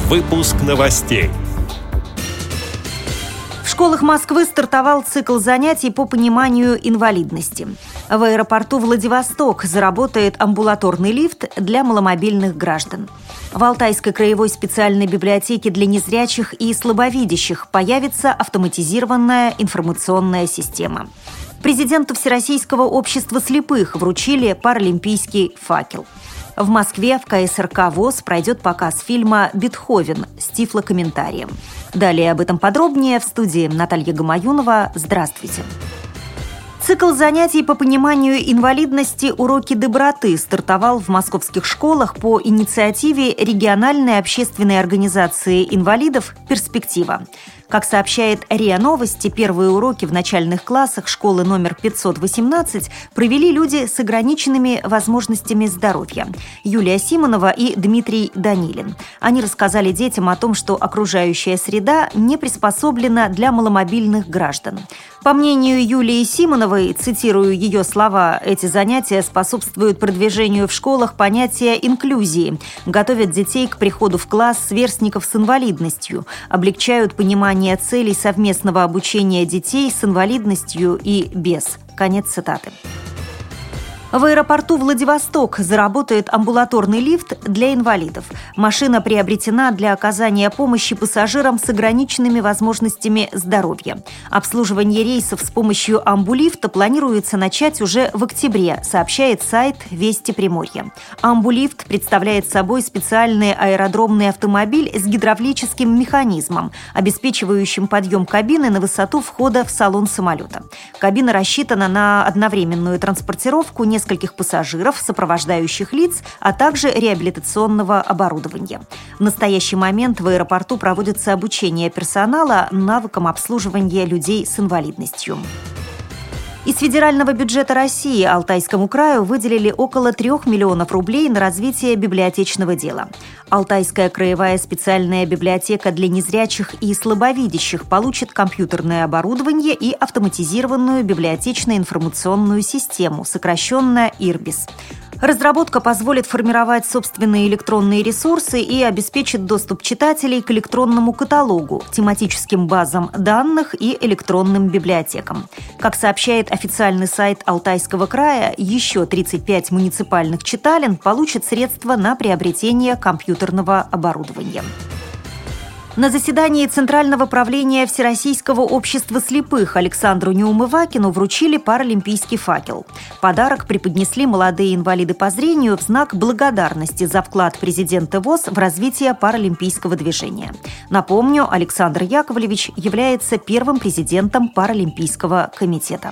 Выпуск новостей. В школах Москвы стартовал цикл занятий по пониманию инвалидности. В аэропорту Владивосток заработает амбулаторный лифт для маломобильных граждан. В Алтайской краевой специальной библиотеке для незрячих и слабовидящих появится автоматизированная информационная система. Президенту Всероссийского общества слепых вручили паралимпийский факел. В Москве в КСРК ВОС пройдет показ фильма «Бетховен» с тифлокомментарием. Далее об этом подробнее в студии Наталья Гамаюнова. Здравствуйте. Цикл занятий по пониманию инвалидности «Уроки доброты» стартовал в московских школах по инициативе региональной общественной организации инвалидов «Перспектива». Как сообщает РИА Новости, первые уроки в начальных классах школы номер 518 провели люди с ограниченными возможностями здоровья – Юлия Симонова и Дмитрий Данилин. Они рассказали детям о том, что окружающая среда не приспособлена для маломобильных граждан. По мнению Юлии Симоновой, цитирую ее слова, эти занятия способствуют продвижению в школах понятия инклюзии, готовят детей к приходу в класс сверстников с инвалидностью, облегчают понимание целей совместного обучения детей с инвалидностью и без. Конец цитаты. В аэропорту Владивосток заработает амбулаторный лифт для инвалидов. Машина приобретена для оказания помощи пассажирам с ограниченными возможностями здоровья. Обслуживание рейсов с помощью амбулифта планируется начать уже в октябре, сообщает сайт «Вести Приморья». Амбулифт представляет собой специальный аэродромный автомобиль с гидравлическим механизмом, обеспечивающим подъем кабины на высоту входа в салон самолета. Кабина рассчитана на одновременную транспортировку нескольких пассажиров, сопровождающих лиц, а также реабилитационного оборудования. В настоящий момент в аэропорту проводится обучение персонала навыкам обслуживания людей с инвалидностью. Из федерального бюджета России Алтайскому краю выделили около 3 миллионов рублей на развитие библиотечного дела. Алтайская краевая специальная библиотека для незрячих и слабовидящих получит компьютерное оборудование и автоматизированную библиотечно-информационную систему, сокращенно ИРБИС. Разработка позволит формировать собственные электронные ресурсы и обеспечит доступ читателей к электронному каталогу, тематическим базам данных и электронным библиотекам. Как сообщает официальный сайт Алтайского края, еще 35 муниципальных читален получат средства на приобретение компьютерного оборудования. На заседании Центрального правления Всероссийского общества слепых Александру Неумывакину вручили паралимпийский факел. Подарок преподнесли молодые инвалиды по зрению в знак благодарности за вклад президента ВОС в развитие паралимпийского движения. Напомню, Александр Яковлевич является первым президентом Паралимпийского комитета.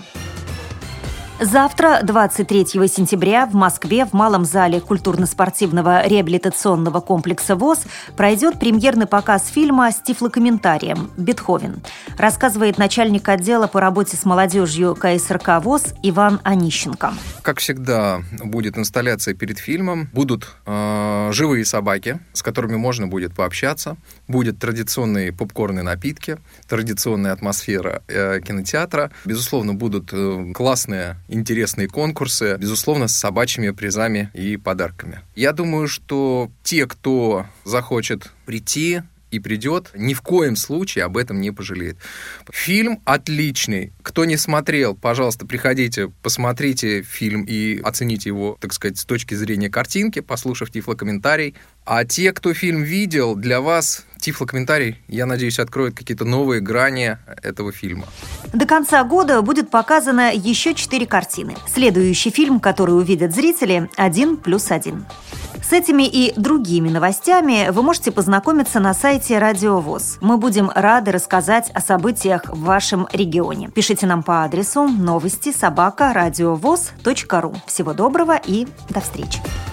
Завтра, 23 сентября, в Москве в Малом зале культурно-спортивного реабилитационного комплекса ВОС пройдет премьерный показ фильма с тифлокомментарием «Бетховен», рассказывает начальник отдела по работе с молодежью КСРК ВОС Иван Онищенко. Как всегда, будет инсталляция перед фильмом, будут живые собаки, с которыми можно будет пообщаться, будет традиционные попкорные напитки, традиционная атмосфера кинотеатра, безусловно, будут классные интересные конкурсы, безусловно, с собачьими призами и подарками. Я думаю, что те, кто захочет прийти и придет, ни в коем случае об этом не пожалеет. Фильм отличный. Кто не смотрел, пожалуйста, приходите, посмотрите фильм и оцените его, так сказать, с точки зрения картинки, послушав тифлокомментарий. А те, кто фильм видел, для вас тифлокомментарий, я надеюсь, откроет какие-то новые грани этого фильма. До конца года будет показано еще 4 картины. Следующий фильм, который увидят зрители, «1+1». С этими и другими новостями вы можете познакомиться на сайте Радио ВОС. Мы будем рады рассказать о событиях в вашем регионе. Пишите нам по адресу новости@радиовос.ру. Всего доброго и до встречи.